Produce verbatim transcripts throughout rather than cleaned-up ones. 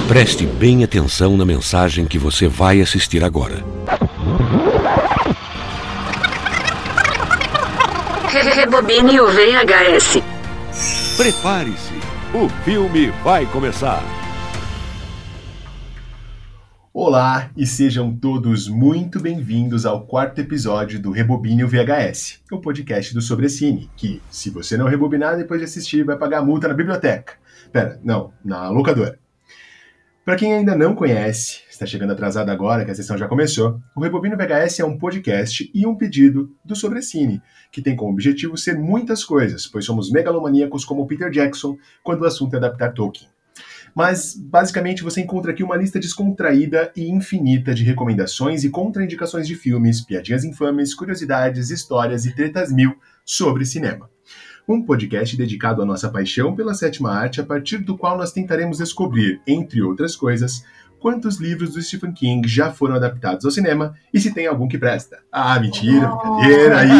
Preste bem atenção na mensagem que você vai assistir agora. Rebobine o V H S. Prepare-se, o filme vai começar. Olá e sejam todos muito bem-vindos ao quarto episódio do Rebobine o V H S, o podcast do Sobrecine, que, se você não rebobinar depois de assistir, vai pagar multa na biblioteca. Pera, não, na locadora. Para quem ainda não conhece, está chegando atrasado agora que a sessão já começou, o Rebobine o V H S é um podcast e um pedido do Sobrecine, que tem como objetivo ser muitas coisas, pois somos megalomaníacos como Peter Jackson quando o assunto é adaptar Tolkien. Mas, basicamente, você encontra aqui uma lista descontraída e infinita de recomendações e contraindicações de filmes, piadinhas infames, curiosidades, histórias e tretas mil sobre cinema. Um podcast dedicado à nossa paixão pela sétima arte, a partir do qual nós tentaremos descobrir, entre outras coisas, quantos livros do Stephen King já foram adaptados ao cinema e se tem algum que presta. Ah, mentira, brincadeira aí.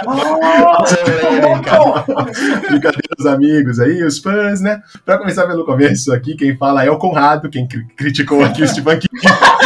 Brincadeira, os amigos aí, os fãs, né? Pra começar pelo começo aqui, quem fala é o Conrado, quem cri- criticou aqui o Stephen King.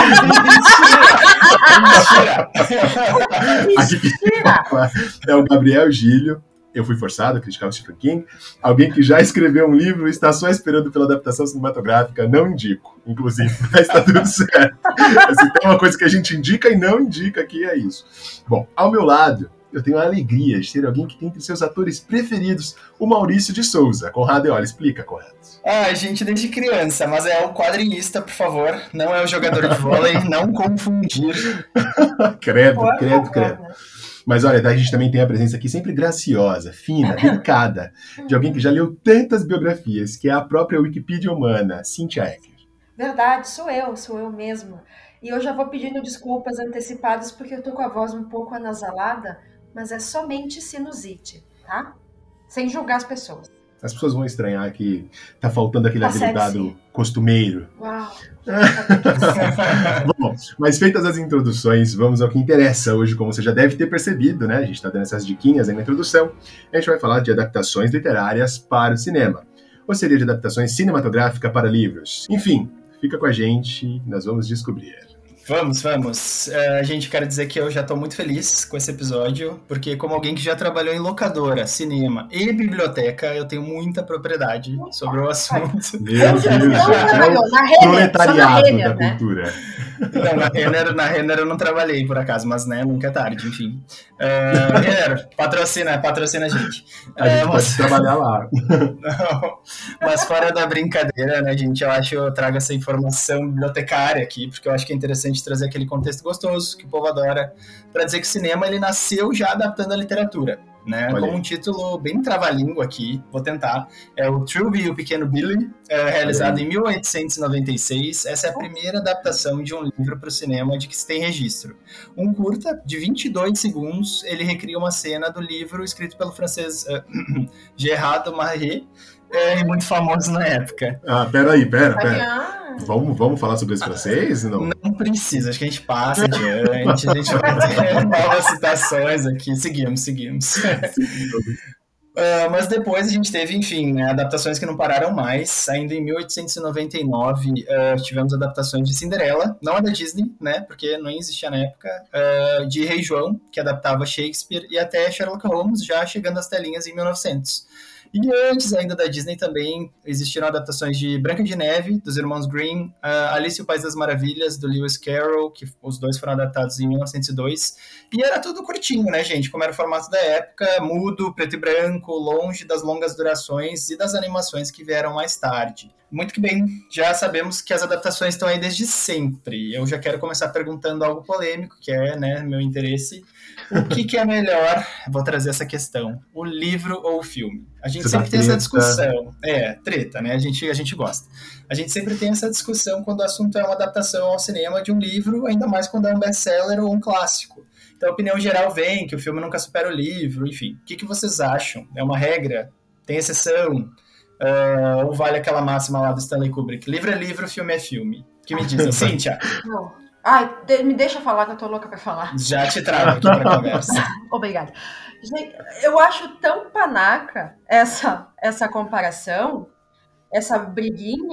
Aqui quem fala é o Gabriel Gílio. Eu fui forçado a criticar o Stephen King. Alguém que já escreveu um livro e está só esperando pela adaptação cinematográfica, não indico, inclusive, mas está tudo certo. Se tem uma coisa que a gente indica e não indica aqui, é isso. Bom, ao meu lado, eu tenho a alegria de ter alguém que tem entre seus atores preferidos, o Maurício de Souza. Conrado, olha, explica, Conrado. Ah, gente, desde criança, mas é o quadrinista, por favor, não é o jogador de vôlei, não confundir. Credo, credo, credo. Mas olha, a gente também tem a presença aqui sempre graciosa, fina, delicada, de alguém que já leu tantas biografias, que é a própria Wikipedia humana, Cynthia Ecker. Verdade, sou eu, sou eu mesma. E eu já vou pedindo desculpas antecipadas porque eu tô com a voz um pouco anasalada, mas é somente sinusite, tá? Sem julgar as pessoas. As pessoas vão estranhar que tá faltando aquele Tá habilitado sexy. costumeiro. Uau! Bom, mas feitas as introduções, vamos ao que interessa hoje, como você já deve ter percebido, né? A gente tá dando essas diquinhas aí na introdução. A gente vai falar de adaptações literárias para o cinema. Ou seria de adaptações cinematográficas para livros. Enfim, fica com a gente, nós vamos descobrir. Vamos, vamos. Uh, gente, quero dizer que eu já tô muito feliz com esse episódio, porque como alguém que já trabalhou em locadora, cinema e biblioteca, eu tenho muita propriedade sobre o assunto. Meu Deus, Não já trabalhou, é na o Renner, só na proletariado Renner, da né? cultura. Não, na Renner, na Renner eu não trabalhei, por acaso, mas né, nunca é tarde, enfim. Uh, Renner, patrocina, patrocina a gente. A gente Uh, pode mas... trabalhar lá. Não, mas fora da brincadeira, né, gente, eu acho que eu trago essa informação bibliotecária aqui, porque eu acho que é interessante trazer aquele contexto gostoso que o povo adora, para dizer que o cinema ele nasceu já adaptando a literatura, né? Olha Como aí. um título bem trava-língua aqui, vou tentar, é o Truby e o Pequeno Billy, é, realizado em mil oitocentos e noventa e seis. Essa é a primeira adaptação de um livro para o cinema de que se tem registro. Um curta de vinte e dois segundos, ele recria uma cena do livro escrito pelo francês uh, Gerard Marais, é, muito famoso na época. Ah, peraí, pera, pera. Ah, Vamos, vamos falar sobre esse francês? Não. Não precisa, acho que a gente passa adiante, a gente vai ter novas citações aqui. Seguimos, seguimos. Uh, mas depois a gente teve, enfim, né, adaptações que não pararam mais. Ainda em mil oitocentos e noventa e nove uh, tivemos adaptações de Cinderela, não a da Disney, né, porque não existia na época, uh, de Rei João, que adaptava Shakespeare, e até Sherlock Holmes, já chegando às telinhas em mil e novecentos. E antes ainda da Disney também existiram adaptações de Branca de Neve, dos irmãos Grimm, uh, Alice e o País das Maravilhas, do Lewis Carroll, que os dois foram adaptados em mil novecentos e dois. E era tudo curtinho, né, gente? Como era o formato da época, mudo, preto e branco, longe das longas durações e das animações que vieram mais tarde. Muito que bem, já sabemos que as adaptações estão aí desde sempre. Eu já quero começar perguntando algo polêmico, que é, né, meu interesse. O que, que é melhor? Vou trazer essa questão. O livro ou o filme? A gente Você sempre dá tem treta. essa discussão. É, treta, né? A gente, a gente gosta. A gente sempre tem essa discussão quando o assunto é uma adaptação ao cinema de um livro, ainda mais quando é um best-seller ou um clássico. Então a opinião geral vem que o filme nunca supera o livro, enfim. O que, que vocês acham? É uma regra? Tem exceção? Uh, ou vale aquela máxima lá do Stanley Kubrick? Livro é livro, filme é filme. O que me dizem? Cíntia? não. Ai, de- me deixa falar que eu tô louca pra falar. Já te trago aqui pra conversa. Obrigada. Gente, eu acho tão panaca essa, essa comparação, essa briguinha.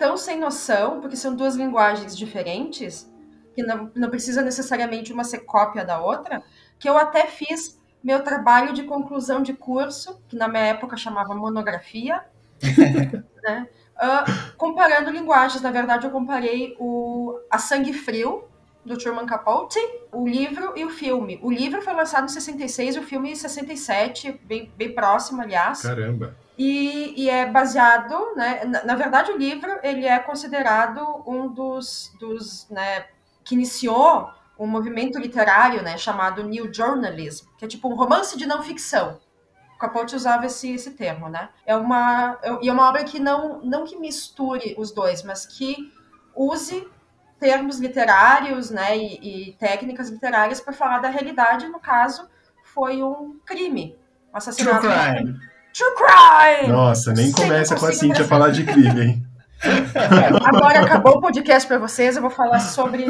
tão sem noção, porque são duas linguagens diferentes, que não, não precisa necessariamente uma ser cópia da outra, que eu até fiz meu trabalho de conclusão de curso, que na minha época chamava monografia, né? uh, comparando linguagens. Na verdade, eu comparei o A Sangue Frio, do Truman Capote, o livro e o filme. O livro foi lançado em sessenta e seis, o filme em sessenta e sete, bem, bem próximo, aliás. Caramba! E, e é baseado, né, na, na verdade o livro ele é considerado um dos, dos né, que iniciou um movimento literário, né, chamado New Journalism, que é tipo um romance de não ficção. O Capote usava esse, esse termo, né? É uma, é, é uma obra que não, não que misture os dois, mas que use termos literários, né, e, e técnicas literárias para falar da realidade. No caso, foi um crime, um assassinato. True crime. True crime! Nossa, nem Sempre começa com a consigo Cíntia a falar de crime, hein? Agora acabou o podcast para vocês, eu vou falar sobre...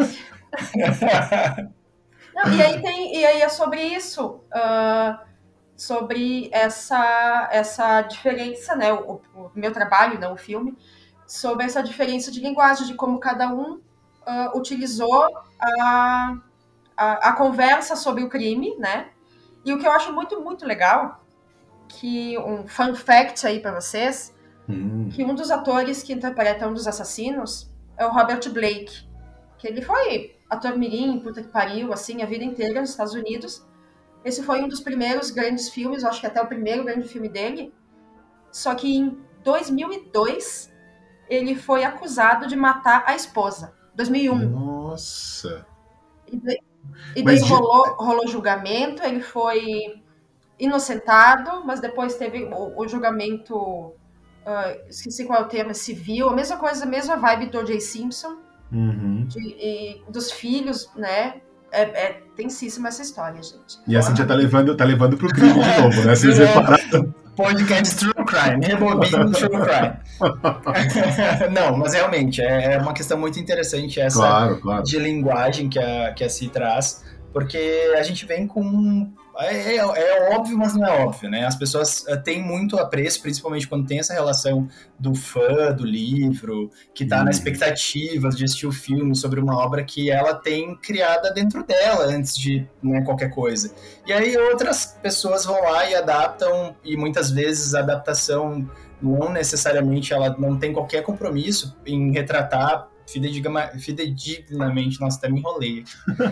Não, e, aí tem, e aí é sobre isso, uh, sobre essa, essa diferença, né, o, o meu trabalho, não o filme, sobre essa diferença de linguagem, de como cada um uh, utilizou a, a, a conversa sobre o crime, né? E o que eu acho muito, muito legal, que um fun fact aí para vocês, Hum. que um dos atores que interpreta um dos assassinos é o Robert Blake, que ele foi ator mirim, puta que pariu, assim, a vida inteira nos Estados Unidos. Esse foi um dos primeiros grandes filmes, eu acho que até o primeiro grande filme dele. Só que em dois mil e dois, ele foi acusado de matar a esposa. dois mil e um. Nossa! E daí, e daí Mas de- rolou, rolou julgamento, ele foi inocentado, mas depois teve o, o julgamento, uh, esqueci qual é o termo, civil, a mesma coisa, a mesma vibe do O J Simpson, Uhum. de, e dos filhos, né? É, é tensíssima essa história, gente. E a Cíntia tá levando, tá levando pro crime de novo, né? Vocês repararam? Podcast True Crime, rebobina True Crime. Não, mas realmente, é é uma questão muito interessante essa Claro, claro. de linguagem que a, que a C traz, porque a gente vem com... É, é, é óbvio, mas não é óbvio, né? As pessoas eh, têm muito apreço, principalmente quando tem essa relação do fã do livro, que tá Uhum. na expectativa de assistir o filme sobre uma obra que ela tem criada dentro dela antes de, né, qualquer coisa. E aí outras pessoas vão lá e adaptam, e muitas vezes a adaptação não necessariamente, ela não tem qualquer compromisso em retratar fidedigna- fidedignamente, nossa, até me enrolei.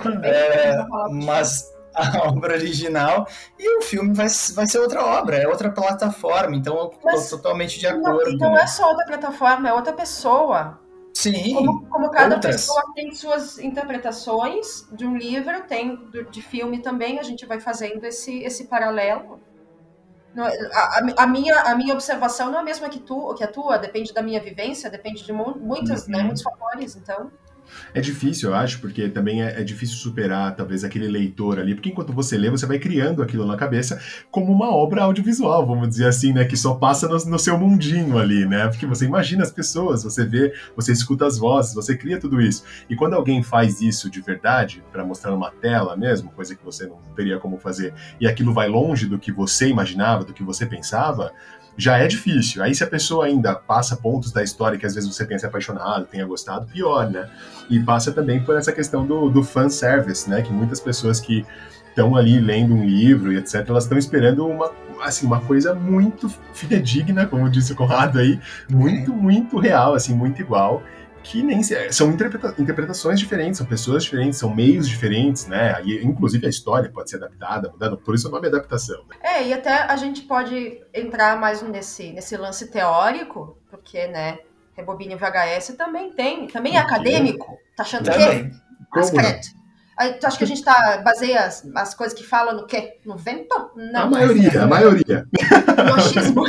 É, mas a obra original, e o filme vai, vai ser outra obra, é outra plataforma, então eu Mas tô totalmente de Não, acordo. e não né? é só outra plataforma, é outra pessoa. Sim, Como, como cada outras. pessoa tem suas interpretações de um livro, tem do- de filme também, a gente vai fazendo esse, esse paralelo. Não é- A, a- a minha, a minha observação não é a mesma que, tu, que a tua, depende da minha vivência, depende de mu- muitas, né, Uhum. muitos fatores, então... É difícil, eu acho, porque também é, é difícil superar, talvez, aquele leitor ali, porque enquanto você lê, você vai criando aquilo na cabeça como uma obra audiovisual, vamos dizer assim, né, que só passa no, no seu mundinho ali, né, porque você imagina as pessoas, você vê, você escuta as vozes, você cria tudo isso. E quando alguém faz isso de verdade, para mostrar numa tela mesmo, coisa que você não teria como fazer, e aquilo vai longe do que você imaginava, do que você pensava, já é difícil. Aí se a pessoa ainda passa pontos da história que às vezes você pensa apaixonado, tenha gostado, pior, né? E passa também por essa questão do, do fanservice, né? Que muitas pessoas que estão ali lendo um livro e etcétera, elas estão esperando uma, assim, uma coisa muito fidedigna, como disse o Conrado aí, muito, muito real, assim, muito igual, que nem se, são interpreta, interpretações diferentes, são pessoas diferentes, são meios diferentes, né? E, inclusive a história pode ser adaptada, mudada, por isso o nome é adaptação. Né? É, e até a gente pode entrar mais nesse, nesse lance teórico, porque, né, Rebobine V H S também tem, também é O quê? acadêmico. Tá achando que Também. Mas, Como não? credo. Aí, tu acha que a gente tá, baseia as, as coisas que falam no quê? No vento? Não. A maioria, a maioria. No achismo.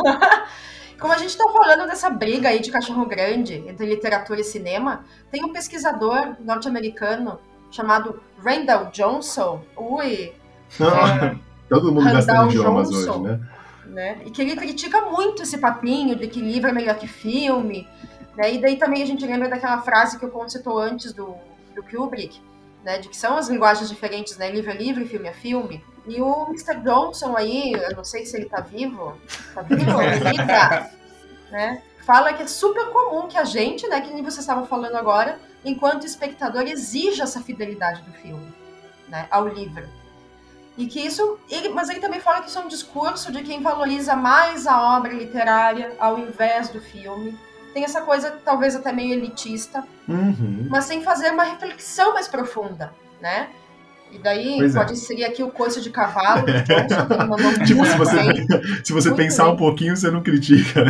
Como a gente está falando dessa briga aí de cachorro grande entre literatura e cinema, tem um pesquisador norte-americano chamado Randall Johnson, ui, Ah, todo mundo Randall gastando idiomas Johnson. hoje, né? né? E que ele critica muito esse papinho de que livro é melhor que filme, né? E daí também a gente lembra daquela frase que o Conto citou antes do, do Kubrick, né? De que são as linguagens diferentes, né? Livro é livro e filme é filme. E o mister Johnson aí, eu não sei se ele tá vivo, tá vivo, ele tá, né? fala que é super comum que a gente, né, que nem vocês estavam falando agora, enquanto espectador, exija essa fidelidade do filme, né, ao livro. E que isso, ele, mas ele também fala que isso é um discurso de quem valoriza mais a obra literária ao invés do filme. Tem essa coisa, talvez até meio elitista, Uhum. mas sem fazer uma reflexão mais profunda, né? E daí Pois é. pode inserir aqui o coice de cavalo, do Johnson, que ele mandou muito Tipo, se você, bem. se você Muito pensar bem. um pouquinho, você não critica, né?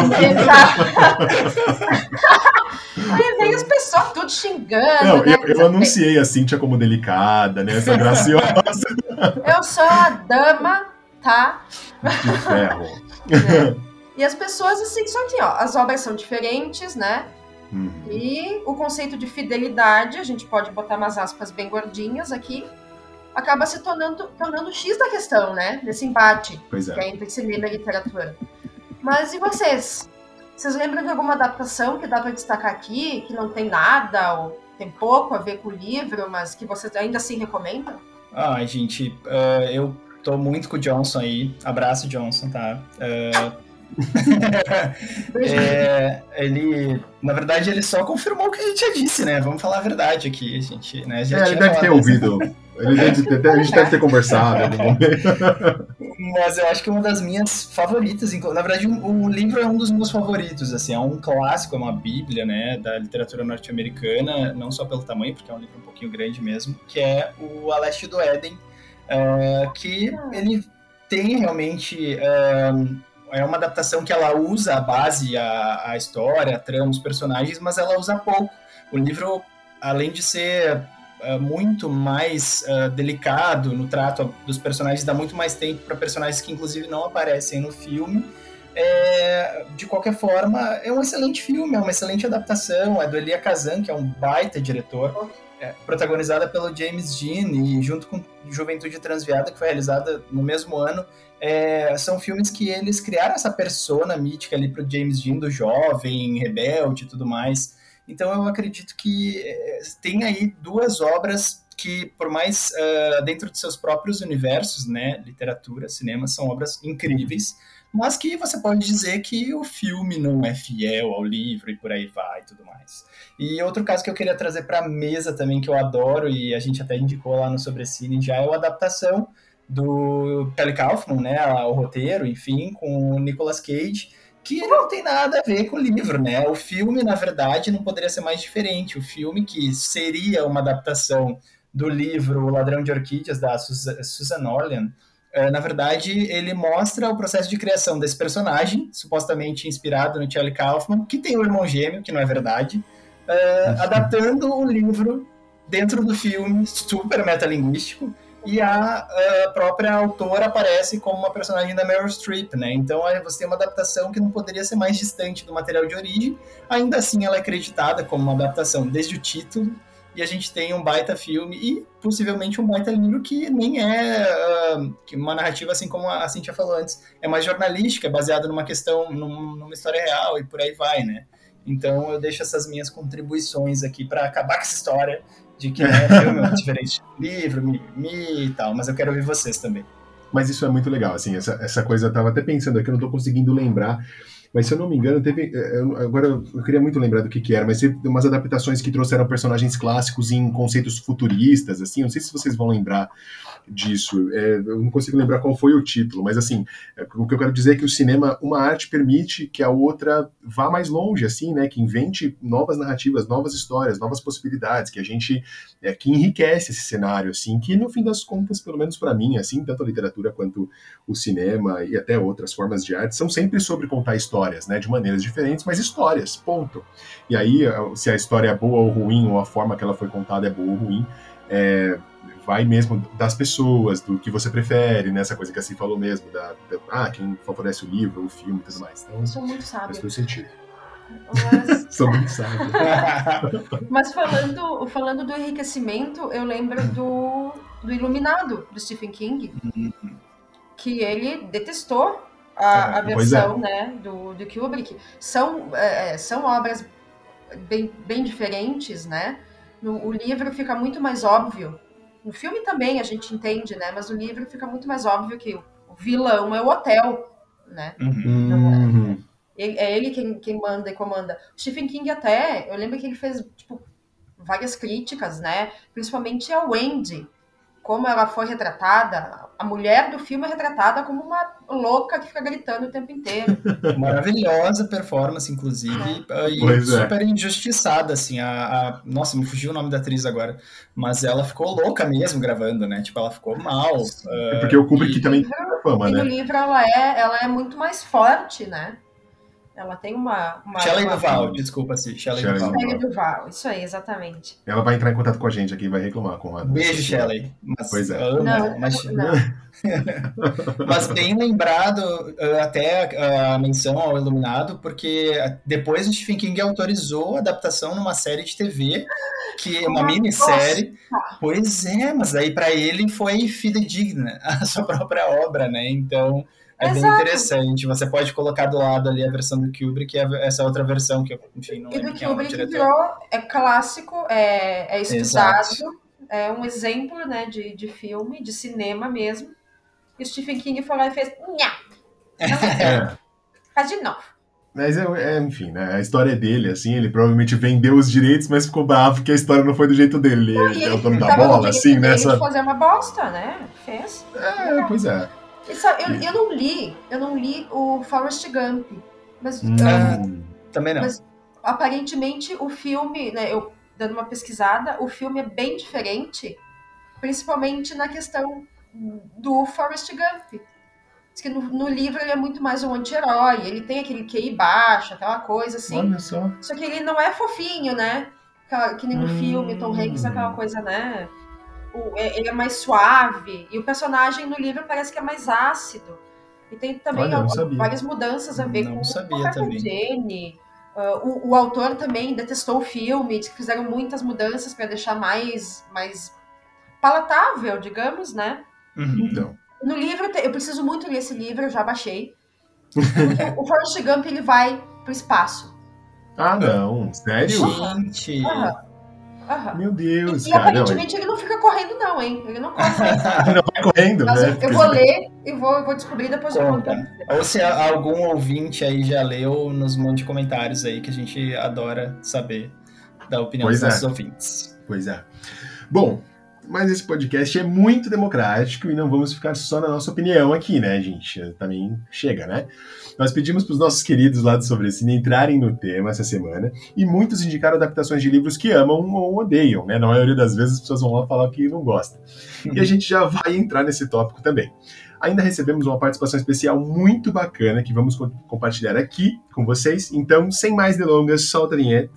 Aí vem as pessoas tudo xingando, Não, né? eu, eu anunciei a Cíntia como delicada, né? Essa graciosa Eu sou a dama, tá? de ferro. Né? E as pessoas, assim, só que, ó, as obras são diferentes, né? Uhum. E o conceito de fidelidade, a gente pode botar umas aspas bem gordinhas aqui, acaba se tornando, tornando o X da questão, né? Nesse embate Pois que é é. entre cinema e literatura. Mas e vocês? Vocês lembram de alguma adaptação que dá pra destacar aqui, que não tem nada, ou tem pouco a ver com o livro, mas que vocês ainda assim recomendam? Ah, gente, uh, eu tô muito com o Johnson aí. Abraço, Johnson, tá? Uh... é, ele, na verdade, ele só confirmou o que a gente já disse, né? Vamos falar a verdade aqui, gente. Né? Já É, ele deve ter ouvido. Ele deve ter, a gente deve ter conversado em algum momento. Mas eu acho que é uma das minhas favoritas. Na verdade, o livro é um dos meus favoritos. Assim, é um clássico, é uma bíblia, né, da literatura norte-americana, não só pelo tamanho, porque é um livro um pouquinho grande mesmo, que é o A Leste do Éden, uh, que ele tem realmente... Uh, é uma adaptação que ela usa a base, a, a história, a trama, os personagens, mas ela usa pouco. O livro, além de ser uh, muito mais uh, delicado no trato dos personagens, dá muito mais tempo para personagens que, inclusive, não aparecem no filme. É, de qualquer forma, é um excelente filme, é uma excelente adaptação. É do Elia Kazan, que é um baita diretor, é, protagonizada pelo James Dean, e junto com Juventude Transviada, que foi realizada no mesmo ano. É, são filmes que eles criaram essa persona mítica ali pro James Dean, do jovem, rebelde e tudo mais. Então eu acredito que é, tem aí duas obras que, por mais uh, dentro de seus próprios universos, né, literatura, cinema, são obras incríveis, mas que você pode dizer que o filme não é fiel ao livro e por aí vai e tudo mais. E outro caso que eu queria trazer para a mesa também, que eu adoro, e a gente até indicou lá no Sobrecine, já é a adaptação do Kelly Kaufman, né, o roteiro, enfim, com o Nicolas Cage, que não tem nada a ver com o livro, né? O filme, na verdade, não poderia ser mais diferente. O filme, que seria uma adaptação do livro O Ladrão de Orquídeas, da Susan Orlean, na verdade, ele mostra o processo de criação desse personagem, supostamente inspirado no Charlie Kaufman, que tem um irmão gêmeo, que não é verdade, uh, adaptando o livro dentro do filme, super metalinguístico, e a, a própria autora aparece como uma personagem da Meryl Streep, né? Então você tem uma adaptação que não poderia ser mais distante do material de origem, ainda assim ela é acreditada como uma adaptação desde o título, e a gente tem um baita filme e possivelmente um baita livro que nem é uh, uma narrativa, assim como a Cíntia falou antes, é mais jornalística, é baseada numa questão, num, numa história real e por aí vai, né? Então eu deixo essas minhas contribuições aqui para acabar com essa história de que né, filme é diferente do livro, mimimi e tal, mas eu quero ouvir vocês também. Mas isso é muito legal, assim, essa, essa coisa, eu tava até pensando aqui, eu não tô conseguindo lembrar, mas se eu não me engano, teve, eu, agora eu queria muito lembrar do que que era, mas teve umas adaptações que trouxeram personagens clássicos em conceitos futuristas, assim, eu não sei se vocês vão lembrar disso, é, eu não consigo lembrar qual foi o título, mas assim, é, o que eu quero dizer é que o cinema, uma arte permite que a outra vá mais longe, assim, né, que invente novas narrativas, novas histórias, novas possibilidades, que a gente, é, que enriquece esse cenário, assim, que no fim das contas, pelo menos para mim, assim, tanto a literatura quanto o cinema e até outras formas de arte, são sempre sobre contar histórias, né, de maneiras diferentes, mas histórias, ponto. E aí, se a história é boa ou ruim, ou a forma que ela foi contada é boa ou ruim, é, vai mesmo das pessoas, do que você prefere, né, essa coisa que a Cíntia falou mesmo, da, da, ah, quem favorece o livro, o filme e tudo mais. Então, sou muito sábio. Faz todo sentido. Mas... Sou muito sábio. Mas falando, falando do enriquecimento, eu lembro do, do Iluminado, do Stephen King, que ele detestou a, a versão, é. né, do, do Kubrick. São, é, são obras bem, bem diferentes, né? No, o livro fica muito mais óbvio. No filme também a gente entende, né? Mas no livro fica muito mais óbvio que o, o vilão é o hotel, né? Uhum. É ele quem, quem manda e comanda. O Stephen King até, eu lembro que ele fez, tipo, várias críticas, né? Principalmente a Wendy, como ela foi retratada. A mulher do filme é retratada como uma louca que fica gritando o tempo inteiro. Maravilhosa performance, inclusive, é. e Pois super é. injustiçada, assim, a, a... Nossa, me fugiu o nome da atriz agora, mas ela ficou louca mesmo gravando, né? Tipo, ela ficou mal. É porque o Kubrick e... também tem fama, e né? no livro ela é, ela é muito mais forte, né? Ela tem uma... uma Shelley uma... Duvall, desculpa, sim. Shelley Shelley Duvall. Shelley Duvall, isso aí, exatamente. Ela vai entrar em contato com a gente aqui e vai reclamar com a... Beijo, Shelley. Mas Pois é. amo Não, ela, mas... não. Mas bem lembrado até a menção ao Iluminado, porque depois o Stephen King autorizou a adaptação numa série de T V, que é uma minissérie. Pois é, mas aí para ele foi fidedigna a sua própria obra, né? Então é Exato. bem interessante. Você pode colocar do lado ali a versão do Kubrick e essa outra versão que eu, enfim, não E lembro do quem é o Kubrick diretor. virou, é clássico, é, é estudado, Exato. é um exemplo, né, de, de filme, de cinema mesmo. E o Stephen King foi lá e fez... Nha! É. Faz de novo. Mas, é, é, enfim, né? A história é dele, assim, ele provavelmente vendeu os direitos, mas ficou bravo que a história não foi do jeito dele. Ele é o dono da bola, assim, né? Ele fazer uma bosta, né? Fez. É, pois é. E sabe, eu, eu não li, eu não li o Forrest Gump, mas, Hum. uh, Também não. mas aparentemente o filme, né, eu dando uma pesquisada, o filme é bem diferente, principalmente na questão do Forrest Gump. Diz que no, no livro ele é muito mais um anti-herói, ele tem aquele Q I baixo, aquela coisa assim. Olha só. Só que ele não é fofinho, né? Que nem no Hum. filme, Tom Hanks, aquela coisa, né? O, ele é mais suave. E o personagem no livro parece que é mais ácido. E tem também Olha, eu não ó, sabia. várias mudanças a ver Não com sabia o também. Jane. Uh, o, o autor também detestou o filme, diz que fizeram muitas mudanças para deixar mais, mais palatável, digamos, né? Uhum. Então. No livro, eu preciso muito ler esse livro, eu já baixei. Porque o Forrest Gump, ele vai pro espaço. Ah, não. Sério? Gente! Aham. Aham. Meu Deus, E, e cara. aparentemente ele não fica correndo, não, hein? Ele não corre. Não, não vai correndo, Mas né? eu, eu vou ler e vou, vou descobrir depois eu conto. Conta. Ou se algum ouvinte aí já leu, nos mande comentários aí, que a gente adora saber da opinião Pois dos nossos é. ouvintes. Pois é. Bom, mas esse podcast é muito democrático e não vamos ficar só na nossa opinião aqui, né, gente? Também chega, né? Nós pedimos para os nossos queridos lá do Sobre Cine entrarem no tema essa semana e muitos indicaram adaptações de livros que amam ou odeiam, né? Na maioria das vezes as pessoas vão lá falar que não gostam. E a gente já vai entrar nesse tópico também. Ainda recebemos uma participação especial muito bacana que vamos co- compartilhar aqui com vocês. Então, sem mais delongas, solta a vinheta.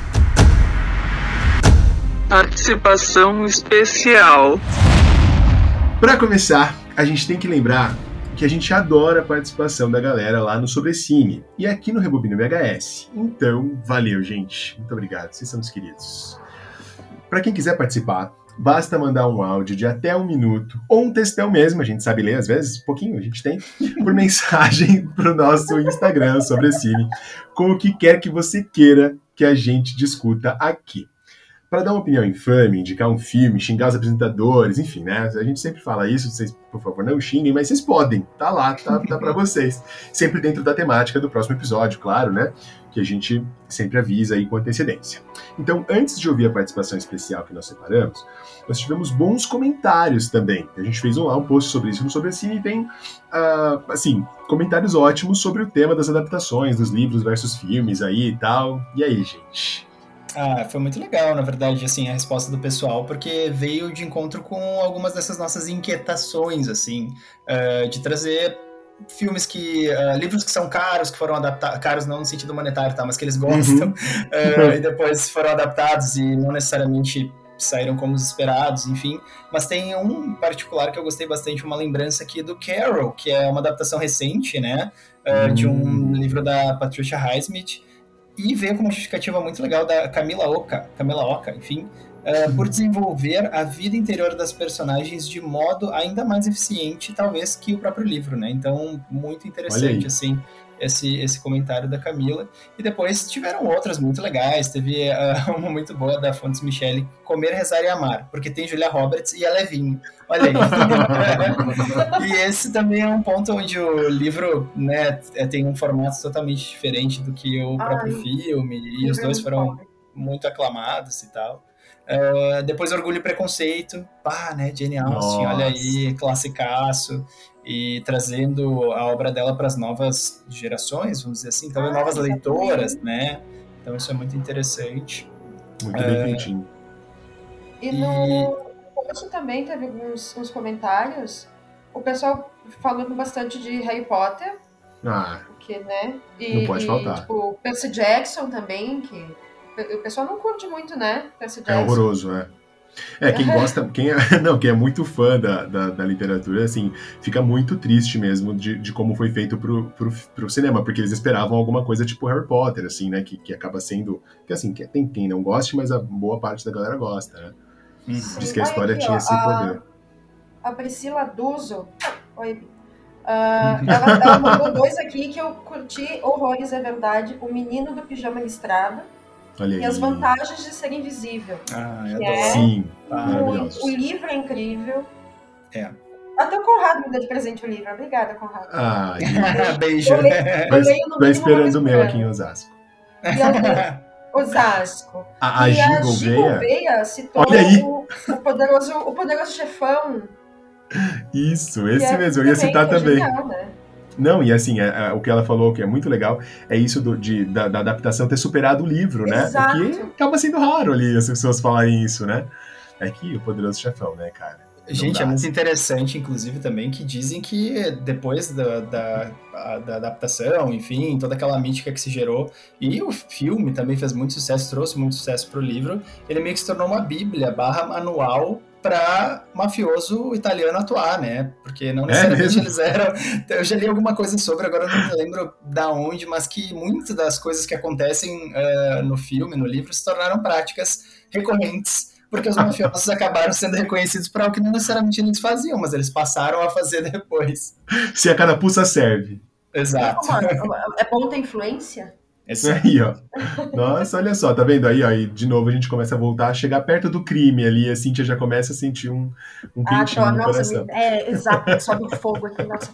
Participação especial. Para começar, a gente tem que lembrar que a gente adora a participação da galera lá no Sobrecine e aqui no Rebobina V H S. Então, valeu, gente. Muito obrigado, vocês são os queridos. Para quem quiser participar, basta mandar um áudio de até um minuto, ou um textão mesmo, a gente sabe ler às vezes, pouquinho a gente tem, por mensagem pro nosso Instagram, Sobrecine, com o que quer que você queira que a gente discuta aqui. Para dar uma opinião infame, indicar um filme, xingar os apresentadores, enfim, né? A gente sempre fala isso, vocês, por favor, não xinguem, mas vocês podem, tá lá, tá, tá para vocês. Sempre dentro da temática do próximo episódio, claro, né? Que a gente sempre avisa aí com antecedência. Então, antes de ouvir a participação especial que nós separamos, nós tivemos bons comentários também. A gente fez um, lá um post sobre isso no Sobrecine e tem, uh, assim, comentários ótimos sobre o tema das adaptações, dos livros versus filmes aí e tal. E aí, gente? Ah, foi muito legal, na verdade, assim, a resposta do pessoal, porque veio de encontro com algumas dessas nossas inquietações, assim, uh, de trazer filmes que, uh, livros que são caros, que foram adaptados, caros não no sentido monetário, tá, mas que eles gostam, uhum. uh, e depois foram adaptados e não necessariamente saíram como os esperados, enfim, mas tem um particular que eu gostei bastante, uma lembrança aqui do Carol, que é uma adaptação recente, né, uh, uhum. de um livro da Patricia Highsmith, e veio com uma justificativa muito legal da Camila Oca, Camila Oca, enfim, uh, por desenvolver a vida interior das personagens de modo ainda mais eficiente, talvez, que o próprio livro, né? Então, muito interessante, assim, esse, esse comentário da Camila. E depois tiveram outras muito legais. Teve uh, uma muito boa da Fontes Michele, Comer, Rezar e Amar, porque tem Julia Roberts e ela é vinho. Olha aí. E esse também é um ponto onde o livro, né, tem um formato totalmente diferente do que o próprio Ai, filme, e os dois foram bom. muito aclamados e tal. Uh, depois Orgulho e Preconceito, pá, né, Jane Austen, Nossa. olha aí, classicaço, e trazendo a obra dela para as novas gerações, vamos dizer assim, então ah, novas leitoras, bem. né, então isso é muito interessante. Muito uh, bem feitinho. E no post também teve alguns uns comentários, o pessoal falando bastante de Harry Potter, ah, que, né, e, não pode e, faltar. Tipo, Percy Jackson também, que o pessoal não curte muito, né? Percy Jackson. É horroroso, né? É, quem gosta, quem é, não, quem é muito fã da, da, da literatura, assim, fica muito triste mesmo de, de como foi feito pro, pro, pro cinema, porque eles esperavam alguma coisa tipo Harry Potter, assim, né? Que, que acaba sendo, que assim, que tem quem não goste, mas a boa parte da galera gosta, né? Sim. Diz que a história aqui, tinha ó, esse a, poder. A Priscila Duzo, oi, uh, ela, ela mandou dois aqui que eu curti horrores, é verdade. O Menino do Pijama Listrado. Olha e aí. As Vantagens de Ser Invisível. Ah, que é Sim, o, o livro é incrível. É. Até o Conrado me deu de presente o livro. Obrigada, Conrado. Ah, beijo. Eu leio, eu leio no Tô esperando o meu aqui em Osasco. E a, Osasco. A, a e Giga a Giga Oveia citou o, o, poderoso, o Poderoso Chefão. Isso, esse é mesmo. Eu ia citar é também. Genial, né? Não, e assim, é, é, o que ela falou que é muito legal é isso do, de, da, da adaptação ter superado o livro, né? Exato. Porque acaba sendo raro ali as pessoas falarem isso, né? É que o Poderoso Chefão, né, cara? Não Gente, dá. É muito interessante, inclusive, também, que dizem que depois da, da, da adaptação, enfim, toda aquela mítica que se gerou, e o filme também fez muito sucesso, trouxe muito sucesso pro livro, ele meio que se tornou uma bíblia, barra manual para mafioso italiano atuar, né? Porque não necessariamente é eles eram... Eu já li alguma coisa sobre, agora eu não me lembro da onde, mas que muitas das coisas que acontecem uh, no filme, no livro, se tornaram práticas recorrentes, porque os mafiosos acabaram sendo reconhecidos por algo que não necessariamente eles faziam, mas eles passaram a fazer depois. Se a carapuça serve. Exato. É bom ter influência? Isso aí, ó. Nossa, olha só, tá vendo aí, ó? E de novo a gente começa a voltar a chegar perto do crime ali, a Cíntia já começa a sentir um, um quentinho ah, no nossa, coração. Me... É, exato, sobe o fogo aqui, nossa.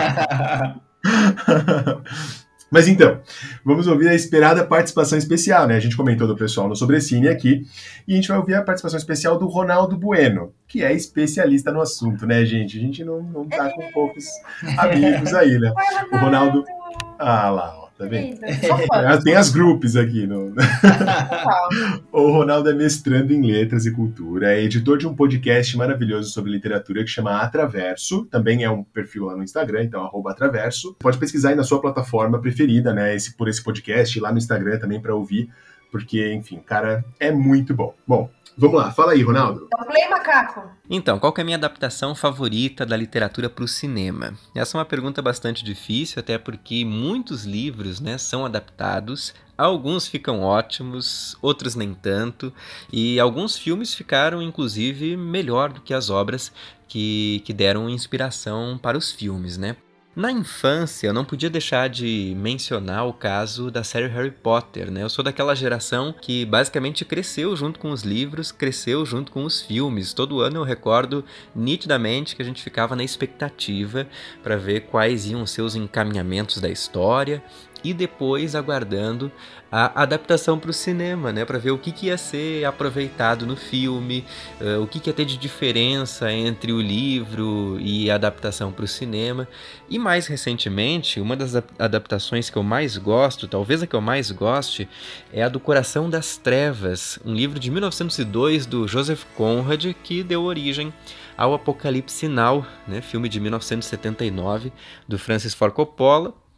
Mas então, vamos ouvir a esperada participação especial, né? A gente comentou do pessoal no Sobrecine aqui, e a gente vai ouvir a participação especial do Ronaldo Bueno, que é especialista no assunto, né, gente? A gente não, não tá com poucos amigos aí, né? O Ronaldo... Ah, lá, ó. Tá vendo? Tem as grupos aqui. No... O Ronaldo é mestrando em Letras e Cultura, é editor de um podcast maravilhoso sobre literatura que chama Atraverso, também é um perfil lá no Instagram, então arroba Atraverso. Pode pesquisar aí na sua plataforma preferida, né, esse, por esse podcast, lá no Instagram também para ouvir, porque, enfim, cara, é muito bom. Bom, vamos lá, fala aí, Ronaldo. Play, macaco. Então, qual que é a minha adaptação favorita da literatura para o cinema? Essa é uma pergunta bastante difícil, até porque muitos livros, né, são adaptados. Alguns ficam ótimos, outros nem tanto, e alguns filmes ficaram, inclusive, melhor do que as obras que, que deram inspiração para os filmes, né? Na infância, eu não podia deixar de mencionar o caso da série Harry Potter, né? Eu sou daquela geração que basicamente cresceu junto com os livros, cresceu junto com os filmes. Todo ano eu recordo nitidamente que a gente ficava na expectativa para ver quais iam ser os encaminhamentos da história e depois aguardando a adaptação para o cinema, né, para ver o que, que ia ser aproveitado no filme, uh, o que, que ia ter de diferença entre o livro e a adaptação para o cinema. E mais recentemente, uma das adaptações que eu mais gosto, talvez a que eu mais goste, é a do Coração das Trevas, um livro de mil novecentos e dois do Joseph Conrad, que deu origem ao Apocalipse Now, né, filme de mil novecentos e setenta e nove do Francis Ford Coppola,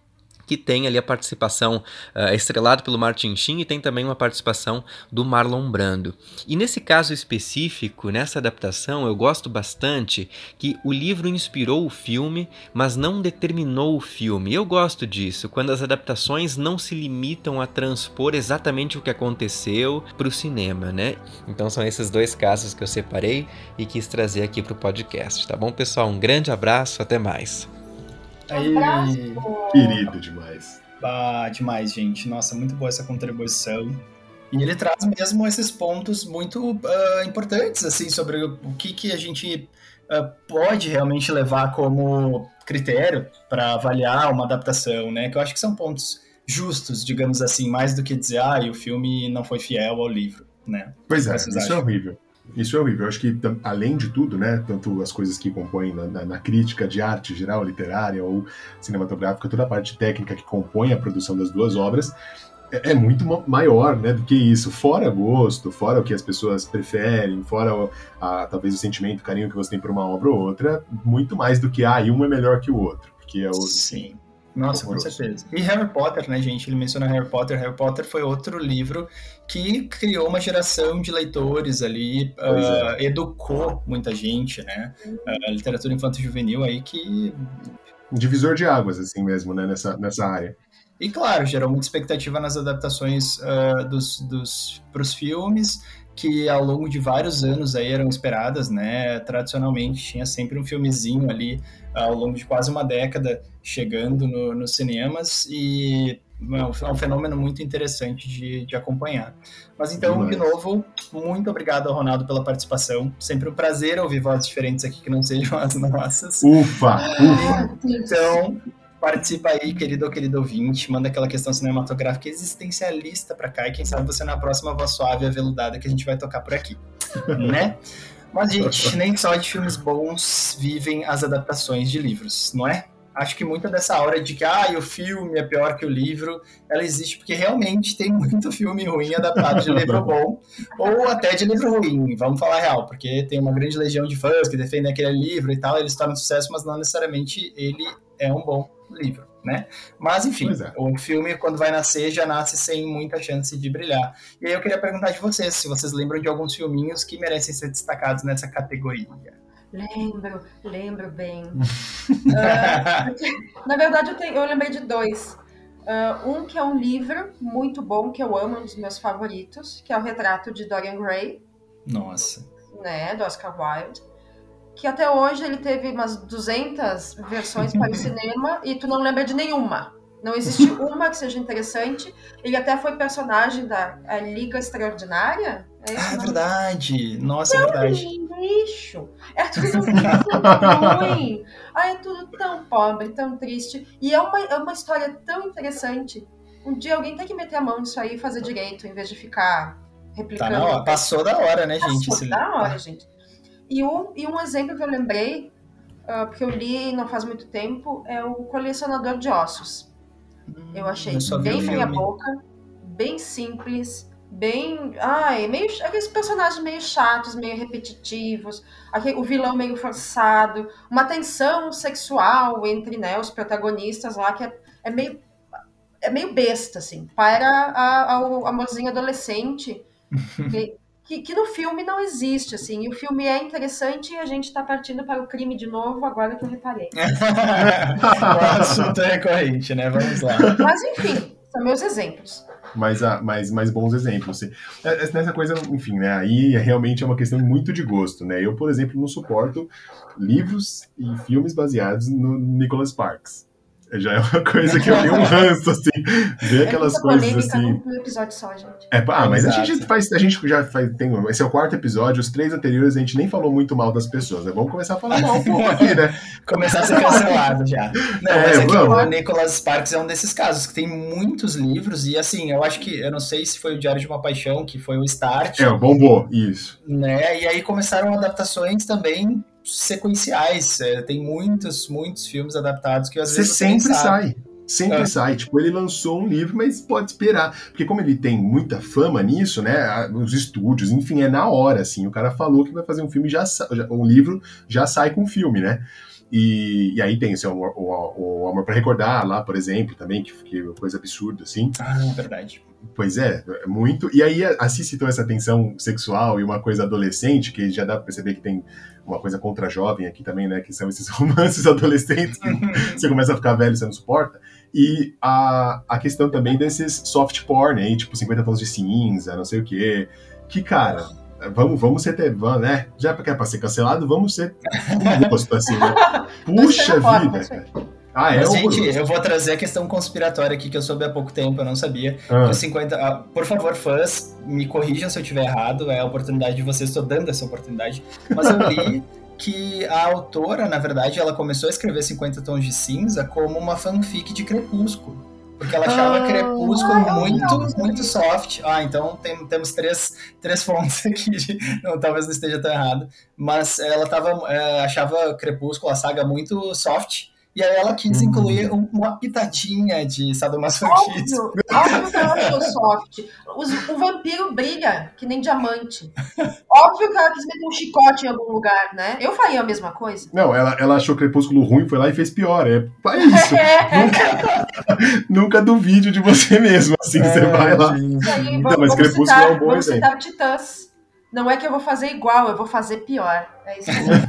que tem ali a participação uh, estrelado pelo Martin Sheen e tem também uma participação do Marlon Brando. E nesse caso específico, nessa adaptação, eu gosto bastante que o livro inspirou o filme, mas não determinou o filme. Eu gosto disso, quando as adaptações não se limitam a transpor exatamente o que aconteceu para o cinema, né? Então são esses dois casos que eu separei e quis trazer aqui para o podcast, tá bom, pessoal? Um grande abraço, até mais. Aí, querido demais. Ah, demais, gente. Nossa, muito boa essa contribuição. E ele traz mesmo esses pontos muito uh, importantes, assim, sobre o que, que a gente uh, pode realmente levar como critério para avaliar uma adaptação, né? Que eu acho que são pontos justos, digamos assim, mais do que dizer, ah, e o filme não foi fiel ao livro, né? Pois é, isso acham? é horrível. Isso é horrível. Eu acho que, além de tudo, né, tanto as coisas que compõem na, na, na crítica de arte geral, literária ou cinematográfica, toda a parte técnica que compõe a produção das duas obras, é, é muito maior, né, do que isso. Fora gosto, fora o que as pessoas preferem, fora o, a, talvez o sentimento, o carinho que você tem por uma obra ou outra, muito mais do que, ah, e um é melhor que o outro. Porque é o, Sim. Nossa, com certeza. E Harry Potter, né, gente? Ele menciona Harry Potter. Harry Potter foi outro livro que criou uma geração de leitores ali, uh, é. educou muita gente, né? A literatura infanto-juvenil aí que... Um divisor de águas, assim mesmo, né, nessa, nessa área. E, claro, gerou muita expectativa nas adaptações uh, dos, dos, pros filmes, que ao longo de vários anos aí eram esperadas, né? Tradicionalmente tinha sempre um filmezinho ali ao longo de quase uma década chegando no, nos cinemas e é um fenômeno muito interessante de, de acompanhar. Mas então, Demais. de novo, muito obrigado ao Ronaldo pela participação. Sempre um prazer ouvir vozes diferentes aqui que não sejam as nossas. Ufa! ufa. Então, participa aí, querido ou querido ouvinte, manda aquela questão cinematográfica existencialista pra cá e quem sabe você na próxima voz suave e aveludada que a gente vai tocar por aqui, né? Mas, gente, nem só de filmes bons vivem as adaptações de livros, não é? Acho que muita dessa aura de que ah, o filme é pior que o livro, ela existe porque realmente tem muito filme ruim adaptado de livro bom, ou até de livro ruim, vamos falar real, porque tem uma grande legião de fãs que defendem aquele livro e tal, ele está no sucesso, mas não necessariamente ele é um bom livro, né? Mas, enfim, é. o filme, quando vai nascer, já nasce sem muita chance de brilhar. E aí eu queria perguntar de vocês, se vocês lembram de alguns filminhos que merecem ser destacados nessa categoria. Lembro, lembro bem. uh, na verdade, eu, tenho, eu lembrei de dois. Uh, um que é um livro muito bom, que eu amo, um dos meus favoritos, que é o Retrato de Dorian Gray. Nossa. Né, do Oscar Wilde. Que até hoje ele teve umas duzentas versões para o cinema e tu não lembra de nenhuma. Não existe uma que seja interessante. Ele até foi personagem da a Liga Extraordinária. É isso, ah, é verdade. Nossa, é verdade. Lixo. É tudo muito ruim. Ah, é tudo tão pobre, tão triste. E é uma, é uma história tão interessante. Um dia alguém tem que meter a mão nisso aí e fazer direito, em vez de ficar replicando. Tá na hora. Passou da hora, né, gente? Passou da hora, gente. E um, e um exemplo que eu lembrei, uh, porque eu li não faz muito tempo, é o Colecionador de Ossos. Hum, eu achei eu bem meia boca, bem simples, bem... Ai, meio, aqueles personagens meio chatos, meio repetitivos, aquele, o vilão meio forçado, uma tensão sexual entre, né, os protagonistas lá, que é, é, meio, é meio besta, assim, para a, a, o amorzinho adolescente, que, Que, que no filme não existe, assim, e o filme é interessante e a gente tá partindo para o crime de novo, agora que eu reparei. O assunto é recorrente, né? Vamos lá. Mas, enfim, são meus exemplos. Mais, mais, mais bons exemplos. Nessa coisa, enfim, né? Aí realmente é uma questão muito de gosto, né? Eu, por exemplo, não suporto livros e filmes baseados no Nicholas Sparks. Já é uma coisa que eu tenho um ranço, assim, ver aquelas é coisas assim. Um episódio só, gente. É, ah, mas Exato. a gente faz, a gente já faz, tem, esse é o quarto episódio, os três anteriores a gente nem falou muito mal das pessoas, né? Vamos começar a falar mal um pouco aqui, né? Começar a ser cancelado já. Não, é, mas é que o Nicholas Sparks é um desses casos, que tem muitos livros, e assim, eu acho que, eu não sei se foi o Diário de uma Paixão, que foi o start. É, bombou, isso. Né? E aí começaram adaptações também sequenciais, é, tem muitos, muitos filmes adaptados que às vezes você sempre sai, sempre é. sai, tipo, ele lançou um livro, mas pode esperar, porque como ele tem muita fama nisso, né, os estúdios, enfim, é na hora, assim, o cara falou que vai fazer um filme, já um livro já sai com o filme, né, E, e aí tem assim, o, o, o Amor pra Recordar lá, por exemplo, também, que, que é uma coisa absurda, assim. Ah, verdade. Pois é, muito. E aí a Cis citou essa tensão sexual e uma coisa adolescente, que já dá pra perceber que tem uma coisa contra jovem aqui também, né? Que são esses romances adolescentes que você começa a ficar velho e você não suporta. E a, a questão também desses soft porn aí, tipo cinquenta tons de cinza, não sei o quê. Que, cara, vamos, vamos ser, vamos, né? Já que é pra ser cancelado, vamos ser gosto, assim, né? Puxa vida, cara. Ah, é Mas, um gente, horroroso. eu vou trazer a questão conspiratória aqui, que eu soube há pouco tempo, eu não sabia. Ah. Que os cinquenta, ah, por favor, fãs, me corrijam se eu estiver errado, é a oportunidade de vocês, estou dando essa oportunidade. Mas eu li que a autora, na verdade, ela começou a escrever cinquenta tons de cinza como uma fanfic de Crepúsculo. Porque ela achava Ah, Crepúsculo ai, muito, não. muito soft. Ah, então tem, temos três, três fontes aqui, de, não, talvez não esteja tão errado. Mas ela tava, é, achava Crepúsculo, a saga, muito soft. E aí ela quis incluir um, uma pitadinha de sadomasoquismo. Óbvio, óbvio que ela achou soft. Os- o vampiro brilha, que nem diamante. Óbvio que ela quis meter um chicote em algum lugar, né? Eu faria a mesma coisa. Não, ela, ela achou Crepúsculo ruim, foi lá e fez pior. É, é isso. nunca, nunca duvide de você mesmo, assim, você vai lá. E aí, Então, vamos, mas vamos Crepúsculo citar, é um bom vamos exemplo. citar Titãs. Não é que eu vou fazer igual, eu vou fazer pior. É isso mesmo.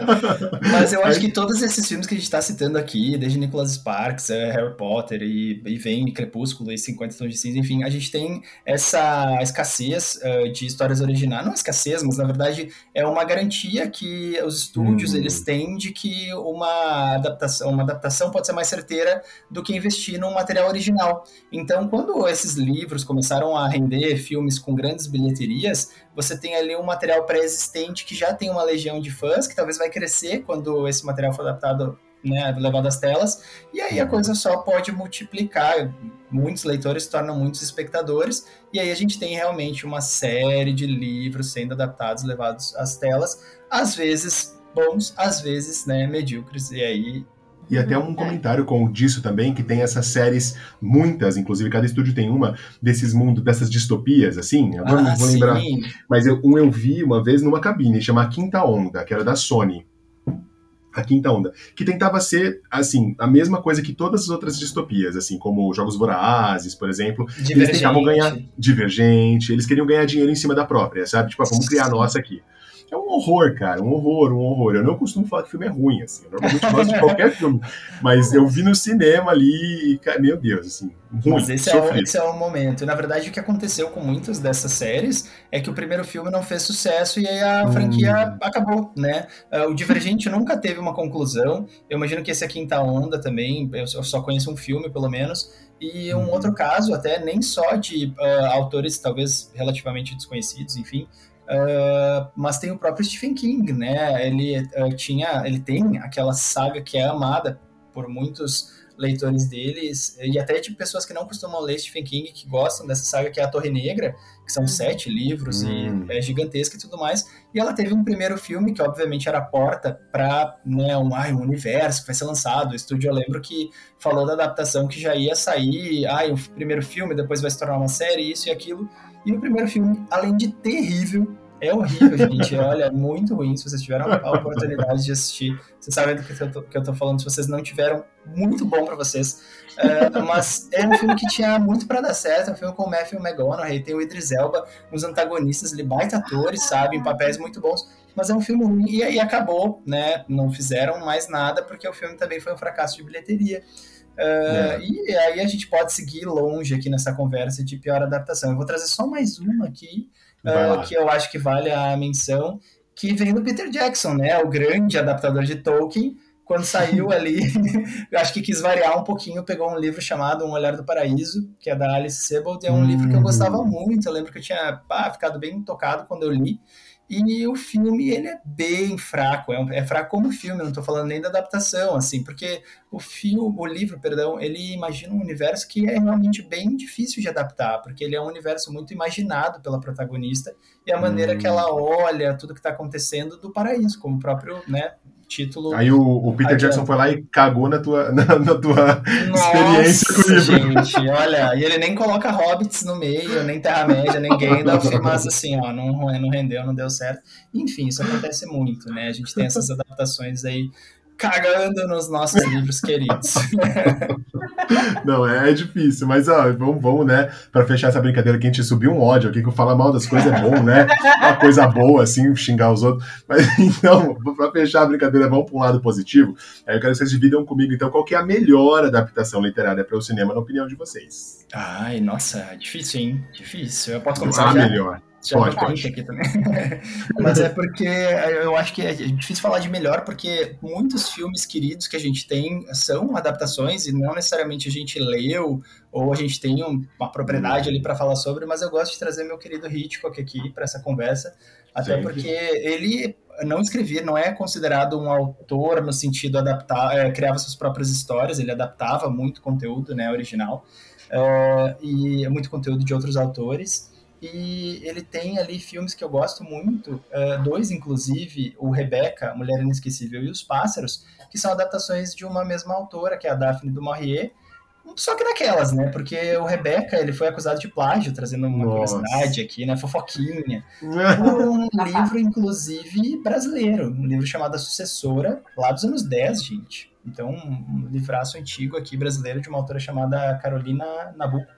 Mas eu acho que todos esses filmes que a gente está citando aqui, desde Nicholas Sparks, é, Harry Potter, e, e vem Crepúsculo e cinquenta tons de cinza, enfim, a gente tem essa escassez uh, de histórias originais. Não escassez, mas na verdade é uma garantia que os estúdios Hum. eles têm de que uma adaptação, uma adaptação pode ser mais certeira do que investir num material original. Então, quando esses livros começaram a render filmes com grandes bilheterias, você tem ali um material pré-existente que já tem uma legião de fãs, que talvez vai crescer quando esse material for adaptado, né, levado às telas, e aí a coisa só pode multiplicar. Muitos leitores se tornam muitos espectadores, e aí a gente tem realmente uma série de livros sendo adaptados, levados às telas, às vezes bons, às vezes, né, medíocres, e aí... E até um comentário com disso também, que tem essas séries, muitas, inclusive cada estúdio tem uma, desses mundos, dessas distopias, assim, agora Ah, não vou lembrar. sim. Mas eu, um eu vi uma vez numa cabine, chama A Quinta Onda, que era da Sony. A Quinta Onda, que tentava ser, assim, a mesma coisa que todas as outras distopias, assim, como Jogos Vorazes, por exemplo. Eles tentavam ganhar Divergente, eles queriam ganhar dinheiro em cima da própria, sabe? Tipo, ah, vamos criar a nossa aqui. É um horror, cara, um horror, um horror. Eu não costumo falar que filme é ruim, assim, eu normalmente gosto de qualquer filme, mas eu vi no cinema ali e, cara, meu Deus, assim, ruim, Mas esse é, o, sofrido. esse é o momento. E, na verdade, o que aconteceu com muitas dessas séries é que o primeiro filme não fez sucesso e aí a franquia acabou, né? Uh, o Divergente nunca teve uma conclusão. Eu imagino que esse é a Quinta Onda também. Eu só- eu só conheço um filme, pelo menos. E um Uhum. outro caso, até nem só de uh, autores talvez relativamente desconhecidos, enfim. Uh, mas tem o próprio Stephen King, né? Ele uh, tinha, ele tem aquela saga que é amada por muitos leitores deles, e até de pessoas que não costumam ler Stephen King, que gostam dessa saga, que é A Torre Negra, que são sete livros, Hum. e é gigantesca e tudo mais. E ela teve um primeiro filme, que obviamente era a porta para, né, um, ai, um universo que vai ser lançado. O estúdio, eu lembro que falou da adaptação que já ia sair, ai, o primeiro filme, depois vai se tornar uma série, isso e aquilo. E o primeiro filme, além de terrível, é horrível, gente. Olha, é muito ruim. Se vocês tiveram a oportunidade de assistir, vocês sabem do que eu tô, que eu tô falando. Se vocês não tiveram, muito bom pra vocês. Uh, mas é um filme que tinha muito pra dar certo. É um filme com o Matthew McConaughey, tem o Idris Elba, uns antagonistas ali, baita atores, sabe? Em papéis muito bons. Mas é um filme ruim. E aí acabou, né? Não fizeram mais nada, porque o filme também foi um fracasso de bilheteria. Uh, É. E aí a gente pode seguir longe aqui nessa conversa de pior adaptação. Eu vou trazer só mais uma aqui, Vai uh, lá. que eu acho que vale a menção, que vem do Peter Jackson, né? O grande adaptador de Tolkien. Quando saiu ali, eu acho que quis variar um pouquinho, pegou um livro chamado Um Olhar do Paraíso, que é da Alice Sebold, é um Hum. livro que eu gostava muito. Eu lembro que eu tinha pá, ficado bem tocado quando eu li. E o filme, ele é bem fraco, é, um- é fraco como filme, não tô falando nem da adaptação, assim, porque o filme, o livro, perdão, ele imagina um universo que é realmente bem difícil de adaptar, porque ele é um universo muito imaginado pela protagonista, e a maneira Hum. que ela olha tudo que tá acontecendo do paraíso, como o próprio, né, título. Aí o, o Peter Adianta. Jackson foi lá e cagou na tua, na, na tua experiência com o Nossa, livro. gente, olha, e ele nem coloca hobbits no meio, nem Terra-média, nem Gandalf, mas assim, ó, não, não rendeu, não deu certo. Enfim, isso acontece muito, né? A gente tem essas adaptações aí cagando nos nossos livros queridos. Não, é, é difícil, mas ó, vamos, vamos, né, pra fechar essa brincadeira que a gente subiu um ódio aqui, que eu falo mal das coisas é bom, né? Uma coisa boa, assim, xingar os outros. Mas então, pra fechar a brincadeira, vamos pra um lado positivo. Aí eu quero que vocês dividam comigo, então, qual que é a melhor adaptação literária para o cinema, na opinião de vocês? Ai, nossa, difícil, hein? Difícil. Eu posso começar Ah, já? melhor. Já Pode, botei pode. aqui também. Mas é porque eu acho que é difícil falar de melhor, porque muitos filmes queridos que a gente tem são adaptações e não necessariamente a gente leu ou a gente tem um, uma propriedade ali para falar sobre, mas eu gosto de trazer meu querido Hitchcock aqui para essa conversa, até Sempre. porque ele não escrevia, não é considerado um autor no sentido de adaptar, é, criava suas próprias histórias, ele adaptava muito conteúdo, né, original, é, e muito conteúdo de outros autores. E ele tem ali filmes que eu gosto muito, uh, dois inclusive, o Rebecca, Mulher Inesquecível e Os Pássaros, que são adaptações de uma mesma autora, que é a Daphne du Maurier, só que daquelas, né, porque o Rebecca, ele foi acusado de plágio, trazendo uma Nossa. curiosidade aqui, né, fofoquinha, um livro, inclusive, brasileiro, um livro chamado A Sucessora, lá dos anos dez, gente, então um livraço antigo aqui, brasileiro, de uma autora chamada Carolina Nabuco.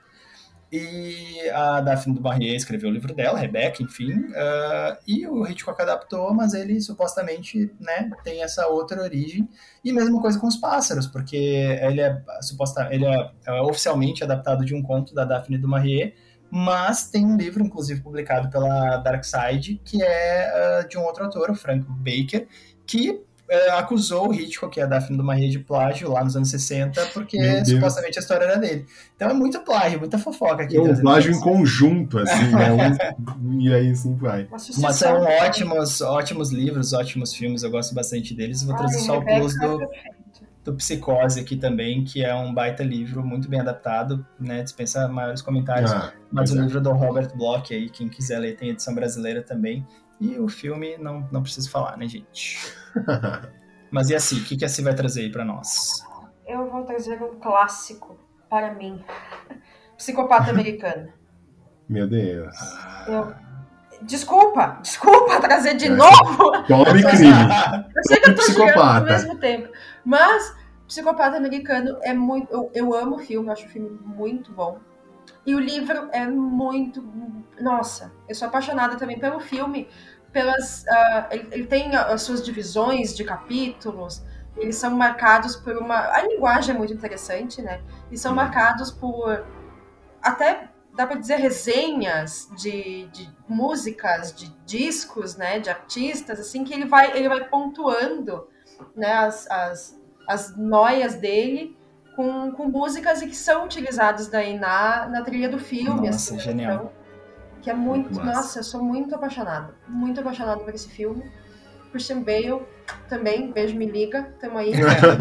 E a Daphne du Maurier escreveu o livro dela, Rebecca, enfim, uh, e o Hitchcock adaptou, mas ele supostamente, né, tem essa outra origem, e mesma coisa com Os Pássaros, porque ele é, suposta, ele é, é oficialmente adaptado de um conto da Daphne du Maurier, mas tem um livro, inclusive, publicado pela Dark Side, que é uh, de um outro autor, o Frank Baker, que Uh, acusou o Hitchcock e a Daphne du Maurier de plágio lá nos anos sessenta, porque supostamente a história era dele. Então é muito plágio, muita fofoca aqui. É um plágio em conjunto, assim, né? Um, e aí assim vai. Mas são ótimos, ótimos livros, ótimos filmes, eu gosto bastante deles. Vou trazer Ai, só o plus do, do Psicose aqui também, que é um baita livro, muito bem adaptado, né? Dispensa maiores comentários. Ah, mas o é. livro do Robert Bloch aí, quem quiser ler, tem edição brasileira também. E o filme, não, não preciso falar, né, gente? Mas e assim, o que, que a Cia vai trazer aí pra nós? Eu vou trazer um clássico para mim. Psicopata Americano. Meu Deus. Eu... Desculpa, desculpa trazer de é. novo. Tome crime. Eu sei que eu tô psicopata. Ao mesmo tempo. Mas Psicopata Americano é muito... Eu, eu amo o filme, eu acho o filme muito bom. E o livro é muito... Nossa, eu sou apaixonada também pelo filme, pelas... Uh, ele, ele tem as suas divisões de capítulos, eles são marcados por uma... A linguagem é muito interessante, né? Eles são marcados por... Até, dá pra dizer, resenhas de, de músicas, de discos, né? De artistas, assim, que ele vai, ele vai pontuando, né? As, as, as noias dele... Com, com músicas e que são utilizadas daí na, na trilha do filme. Nossa, assim, genial. Então, que é muito... muito nossa, eu sou muito apaixonada. Muito apaixonada por esse filme. Christian Bale também, beijo, me liga. Tamo aí.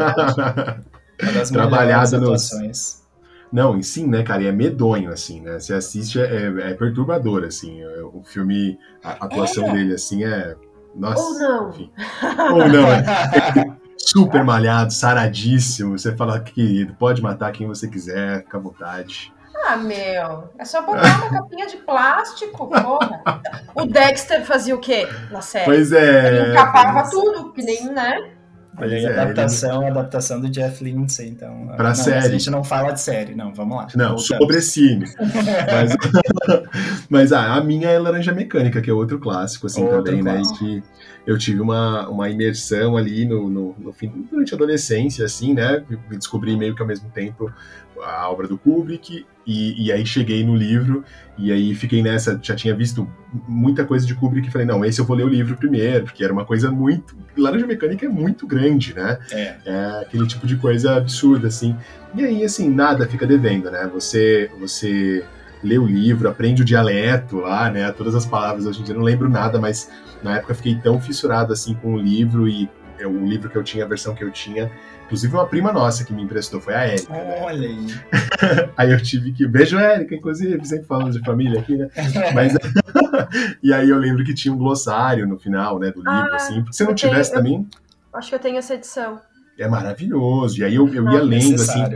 Uma das Trabalhada nos... situações. Não, e sim, né, cara, e é medonho, assim, né, você assiste, é, é perturbador, assim, o filme, a atuação é. dele, assim, é... Nossa, Ou não. Enfim. Ou não, é... Super malhado, saradíssimo. Você fala, querido, pode matar quem você quiser, fica à vontade. Ah, meu, é só botar uma capinha de plástico, porra. O Dexter fazia o quê na série? Pois é. Ele encapava tudo, que nem, né? Olha aí, é, adaptação, ele... adaptação do Jeff Lindsay, então. Pra não, série. A gente não fala de série, não, vamos lá. Não, voltamos. Sobre cine. mas, mas ah, a minha é Laranja Mecânica, que é outro clássico, assim, outro também, clássico. Né? E que eu tive uma, uma imersão ali no, no, no fim, durante a adolescência, assim, né? Me descobri meio que ao mesmo tempo a obra do Kubrick, e, e aí cheguei no livro, e aí fiquei nessa, já tinha visto muita coisa de Kubrick, e falei, não, esse eu vou ler o livro primeiro, porque era uma coisa muito... Laranja Mecânica é muito grande, né? É. É aquele tipo de coisa absurda, assim. E aí, assim, nada fica devendo, né? Você, você lê o livro, aprende o dialeto lá, né? Todas as palavras, hoje em dia eu não lembro nada, mas na época eu fiquei tão fissurado, assim, com o livro, e é o livro que eu tinha, a versão que eu tinha... Inclusive, uma prima nossa que me emprestou foi a Érica. Olha aí. Aí eu tive que... Beijo, Érica, inclusive, sempre falando de família aqui, né? Mas... e aí eu lembro que tinha um glossário no final, né, do livro, ah, assim. Porque se não tivesse tenho, também... Acho que eu tenho essa edição. É maravilhoso. E aí eu, eu ia lendo, necessário. assim...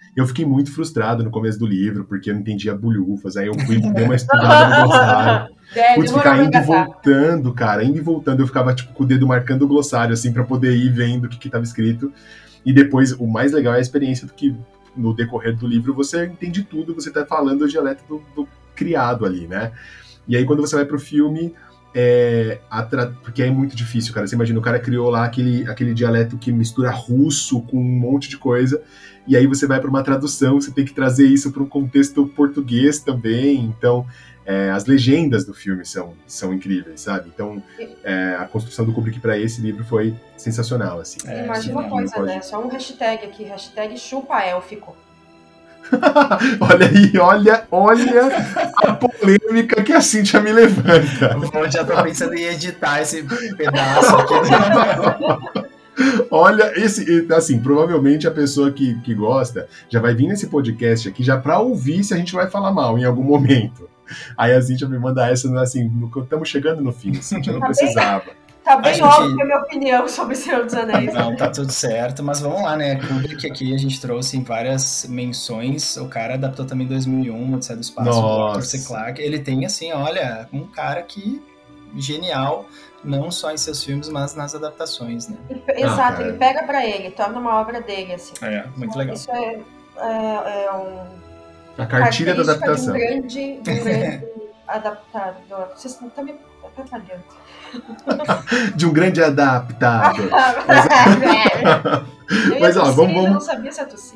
Eu fiquei muito frustrado no começo do livro, porque eu não entendia bulhufas, aí eu fui dei uma estudada no glossário. É, Putz, demorou ficar pra indo e engatar. voltando, cara, indo e voltando, eu ficava tipo com o dedo marcando o glossário, assim, pra poder ir vendo o que que tava escrito. E depois, o mais legal é a experiência do que no decorrer do livro você entende tudo, você tá falando o dialeto do, do criado ali, né? E aí quando você vai pro filme, é, a tra... porque é muito difícil, cara. Você imagina, o cara criou lá aquele, aquele dialeto que mistura russo com um monte de coisa, e aí você vai para uma tradução, você tem que trazer isso para um contexto português também, então é, as legendas do filme são, são incríveis, sabe? Então é, a construção do Kubrick para esse livro foi sensacional, assim. É, Imagina uma sim, coisa, pode- né? Só um hashtag aqui, hashtag chupa élfico. Olha aí, olha, olha a polêmica que a Cíntia me levanta. Eu já tô pensando em editar esse pedaço aqui. Olha, esse, assim, provavelmente a pessoa que, que gosta já vai vir nesse podcast aqui já pra ouvir se a gente vai falar mal em algum momento. Aí a Cíntia me manda essa, assim, estamos chegando no fim, Cíntia, não Tá bem- precisava. Tá bem gente- óbvio a minha opinião sobre o Senhor dos Anéis. Não, tá tudo certo, mas vamos lá, né? Kubrick aqui a gente trouxe em várias menções. O cara adaptou também dois mil e um, Odisseia do Espaço, do Nossa. Arthur C. Clarke. Ele tem, assim, olha, um cara que genial, não só em seus filmes, mas nas adaptações, né? Ele- Exato, cara. ele pega pra ele, torna uma obra dele, assim. É, muito legal. Isso é, é, é um A cartilha da característica adaptação. de um grande, de um grande adaptador. Vocês estão me atrapalhando. De um grande adaptado. Eu Mas, ia ó, tossir, vamos- eu vamos- não sabia se ia tossir.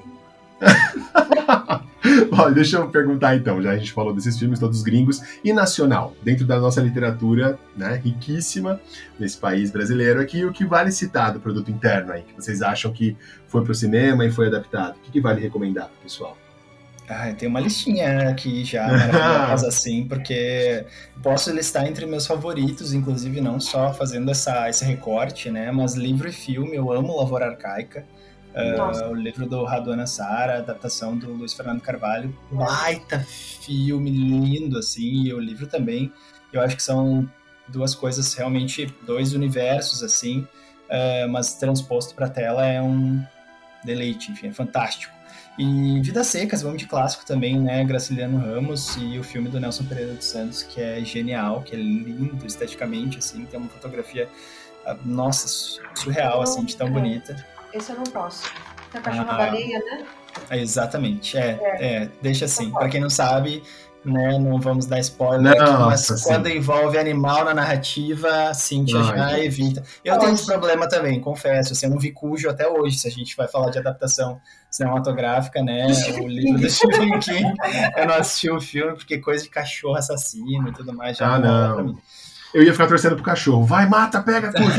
Ó, deixa eu perguntar então, já a gente falou desses filmes todos gringos e nacional, dentro da nossa literatura, né, riquíssima nesse país brasileiro aqui, o que vale citar do produto interno aí, que vocês acham que foi pro cinema e foi adaptado? O que, que vale recomendar pro pessoal? Ah, eu tenho uma listinha aqui já maravilhosa, assim, porque posso listar entre meus favoritos, inclusive não só fazendo essa, esse recorte, né, mas livro e filme. Eu amo Lavoura Arcaica, Nossa. uh, o livro do Radu Nassar, a adaptação do Luiz Fernando Carvalho, baita filme lindo, assim, e o livro também. Eu acho que são duas coisas, realmente, dois universos, assim, uh, mas transposto para tela é um deleite, enfim, é fantástico. E Vidas Secas, vamos de clássico também, né? Graciliano Ramos e o filme do Nelson Pereira dos Santos, que é genial, que é lindo esteticamente, assim, tem uma fotografia, nossa, surreal, assim, de tão bonita. Esse eu não posso. Tem a cachorra Ah. baleia, né? É, exatamente, é, É. é, deixa assim. Não Pra quem não sabe, né, não vamos dar spoiler aqui, mas Nossa, quando sim. envolve animal na narrativa, a Cíntia Ai, já gente. evita. Eu Pode. tenho esse problema também, confesso, assim, eu não vi Cujo até hoje, se a gente vai falar de adaptação cinematográfica, né, o livro do Stephen King, eu não assisti o filme porque coisa de cachorro assassino e tudo mais já Ah, não rola não. pra mim. Eu ia ficar torcendo pro cachorro. Vai, mata, pega, cuida.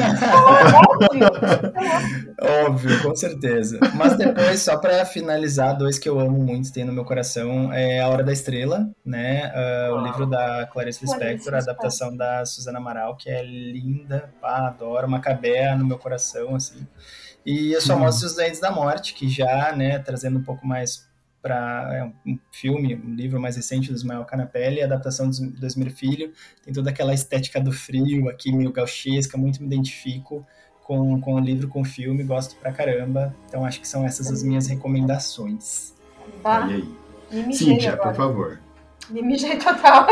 Óbvio, com certeza. Mas depois, só pra finalizar, dois que eu amo muito, tem no meu coração, é A Hora da Estrela, né? Uh, o livro da Clarice Lispector, a adaptação da Suzana Amaral, que é linda, pá, adoro, Macabea no meu coração, assim. E Os Famosos e os Doentes da Morte, que já, né, trazendo um pouco mais para é, um filme, um livro mais recente do Ismael Canapelli, a adaptação do, do Esmir Filho, tem toda aquela estética do frio aqui, meio gauchesca, muito me identifico com, com o livro, com o filme, gosto pra caramba, então acho que são essas as minhas recomendações. Bah, Olha aí. me mijei Cíntia, agora. por favor. Me mijei total.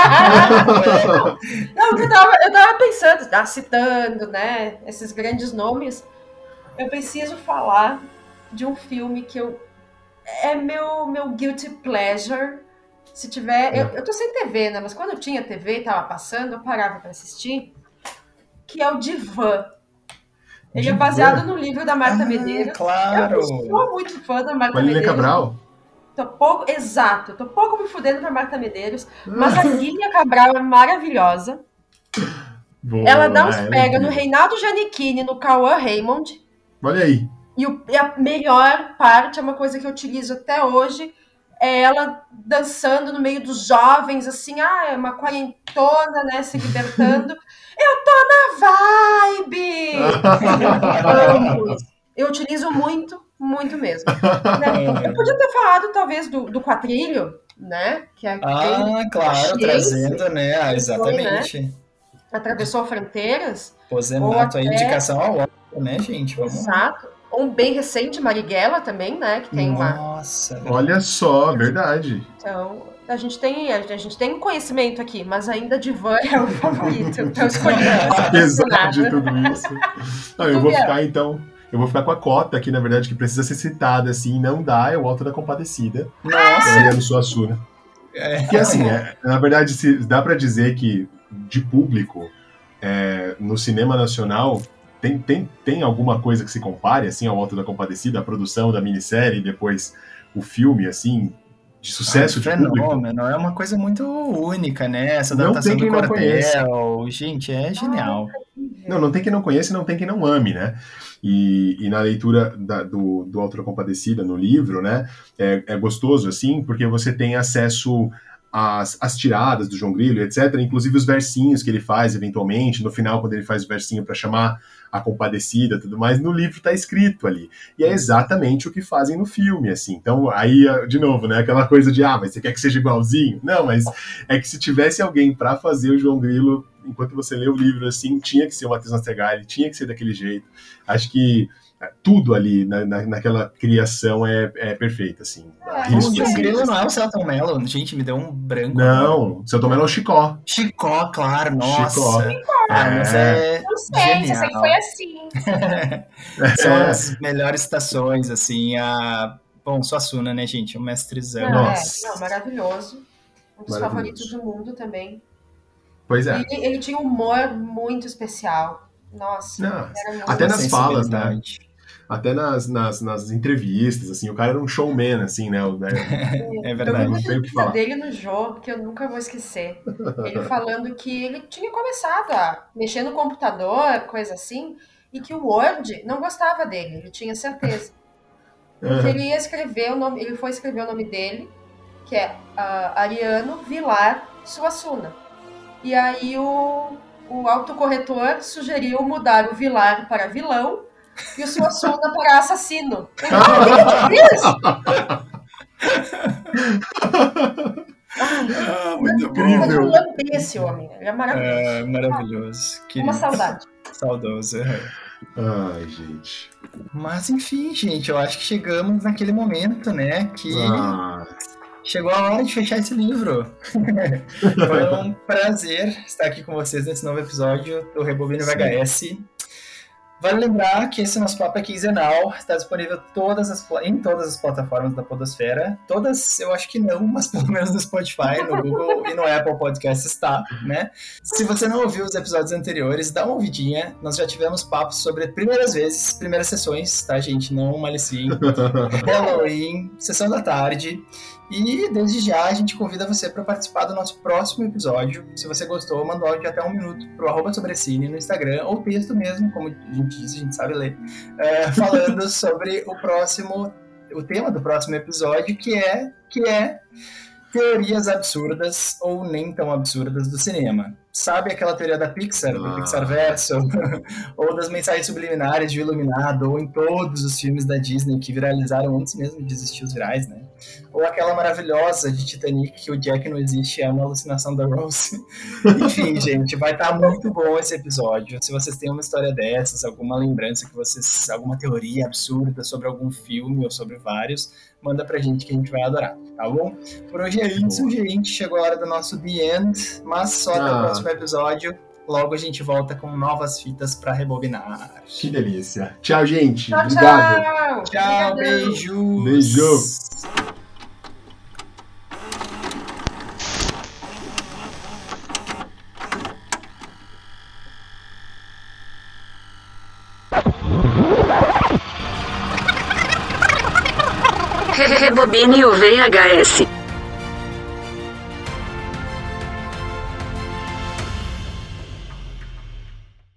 Não, porque eu tava, eu tava pensando, tá, citando, né, esses grandes nomes, eu preciso falar de um filme que eu é meu, meu guilty pleasure. Se tiver. Eu, eu tô sem T V, né? Mas quando eu tinha T V e tava passando, eu parava pra assistir. Que é o Divã. Ele Divã? é baseado no livro da Marta Ah, Medeiros. claro! Eu não sou muito fã da Marta Com a Lília Medeiros. Cabral? Tô pouco, exato, tô pouco me fudendo pra Marta Medeiros. Mas a Lília Cabral é maravilhosa. Boa, Ela dá uns ela é pega no incrível. Reinaldo Giannichini, no Cauã Raymond. Olha aí. E, o, e a melhor parte, é uma coisa que eu utilizo até hoje, é ela dançando no meio dos jovens, assim, ah, é uma quarentona, né, se libertando. Eu tô na vibe! Eu amo isso. Eu utilizo muito, muito mesmo. Né? Eu podia ter falado, talvez, do, do Quatrilho, né? Que é Ah, claro, trazendo, né? Ah, Foi, exatamente. Atravessou fronteiras. Posenato, Ou a até- indicação ao Oscar, né, gente? Vamos lá. Exato. um bem recente, Marighella também, né? Que tem uma... Nossa. Olha só, verdade. Então, a gente tem, a gente tem conhecimento aqui, mas ainda Divan é o favorito. Então, escolhi Apesar de tudo isso. Não, eu vou ficar, então... Eu vou ficar com a cota aqui, na verdade, que precisa ser citada, assim, não dá, é o Alto da Compadecida. Nossa! Mariano Suassuna. É. Que assim, é, na verdade, se, dá pra dizer que, de público, é, no cinema nacional, tem, tem, tem alguma coisa que se compare, assim, ao Alto da Compadecida, a produção da minissérie, e depois o filme, assim, de sucesso ah, de público? Fenômeno, é uma coisa muito única, né? Essa Não adaptação tem quem do não conheça. Cordel, gente, é genial. Não, não tem quem não conheça e não tem quem não ame, né? E, e na leitura da, do, do Alto da Compadecida, no livro, né, é, é gostoso, assim, porque você tem acesso às, às tiradas do João Grilo, etcétera, inclusive os versinhos que ele faz, eventualmente, no final, quando ele faz o versinho para chamar a Compadecida e tudo mais, no livro tá escrito ali. E é exatamente o que fazem no filme, assim. Então, aí, de novo, né, aquela coisa de, ah, mas você quer que seja igualzinho? Não, mas é que se tivesse alguém para fazer o João Grilo, enquanto você lê o livro, assim, tinha que ser o Matheus Nastergaile, tinha que ser daquele jeito. Acho que tudo ali na, na, naquela criação é, é perfeito, assim. É, o João Grilo não é o Celton Mello, gente, me deu um branco. Não, o Celton Mello é o Chicó. Chicó, claro, nossa. Chicó. Ah, mas é Não sei, só sei que foi assim. São É. as melhores estações, assim, a... Bom, Suassuna, né, gente, o mestrezão. Não, é, Nossa. não, maravilhoso. Um dos Maravilhoso. favoritos do mundo também. Pois é. E ele tinha um humor muito especial. Nossa, Não, era muito até nas falas, né? sensibilidade. Até nas, nas, nas entrevistas, assim, o cara era um showman, assim, né? O- É Eu verdade. vi uma Não tem o que entrevista falar. dele no jogo que eu nunca vou esquecer. Ele falando que ele tinha começado a mexer no computador, coisa assim, e que o Word não gostava dele, ele tinha certeza. Porque ele ia escrever o nome, ele foi escrever o nome dele, que é ah, Ariano Vilar Suassuna. E aí o, o autocorretor sugeriu mudar o Vilar para vilão e o Suassuna para assassino. Isso! Ah, muito bom. Incrível. Eu amo esse homem, ele é maravilhoso. É, maravilhoso. Uma Querido. saudade. Saudoso. Ai, gente. Mas enfim, gente, eu acho que chegamos naquele momento, né? Que Ah, chegou a hora de fechar esse livro. Foi um prazer estar aqui com vocês nesse novo episódio do Rebobino V H S. Vale lembrar que esse nosso papo é quinzenal, está disponível todas as, em todas as plataformas da Podosfera. Todas, eu acho que não, mas pelo menos no Spotify, no Google e no Apple Podcast está, né? Se você não ouviu os episódios anteriores, dá uma ouvidinha. Nós já tivemos papos sobre primeiras vezes, primeiras sessões, tá, gente? Não maliciem. Halloween, sessão da tarde. E desde já a gente convida você para participar do nosso próximo episódio. Se você gostou, manda um áudio de até um minuto pro arroba Sobrecine no Instagram, ou texto mesmo, como a gente disse, a gente sabe ler, é, falando sobre o próximo, o tema do próximo episódio, que é, que é teorias absurdas ou nem tão absurdas do cinema. Sabe aquela teoria da Pixar, do Ah. Pixar Verso, ou das mensagens subliminares de Iluminado, ou em todos os filmes da Disney que viralizaram antes mesmo de existir os virais, né? Ou aquela maravilhosa de Titanic que o Jack não existe, é uma alucinação da Rose. Enfim, gente, vai estar muito bom esse episódio. Se vocês têm uma história dessas, alguma lembrança que vocês, alguma teoria absurda sobre algum filme ou sobre vários, manda pra gente que a gente vai adorar, tá bom? Por hoje é isso, gente. Chegou a hora do nosso The End, mas só até Ah. o próximo episódio. Logo a gente volta com novas fitas pra rebobinar. que delícia. Tchau, gente. Tchau, Obrigado. tchau. Tchau, Obrigadão. beijos! Beijo. Rebobine o V H S.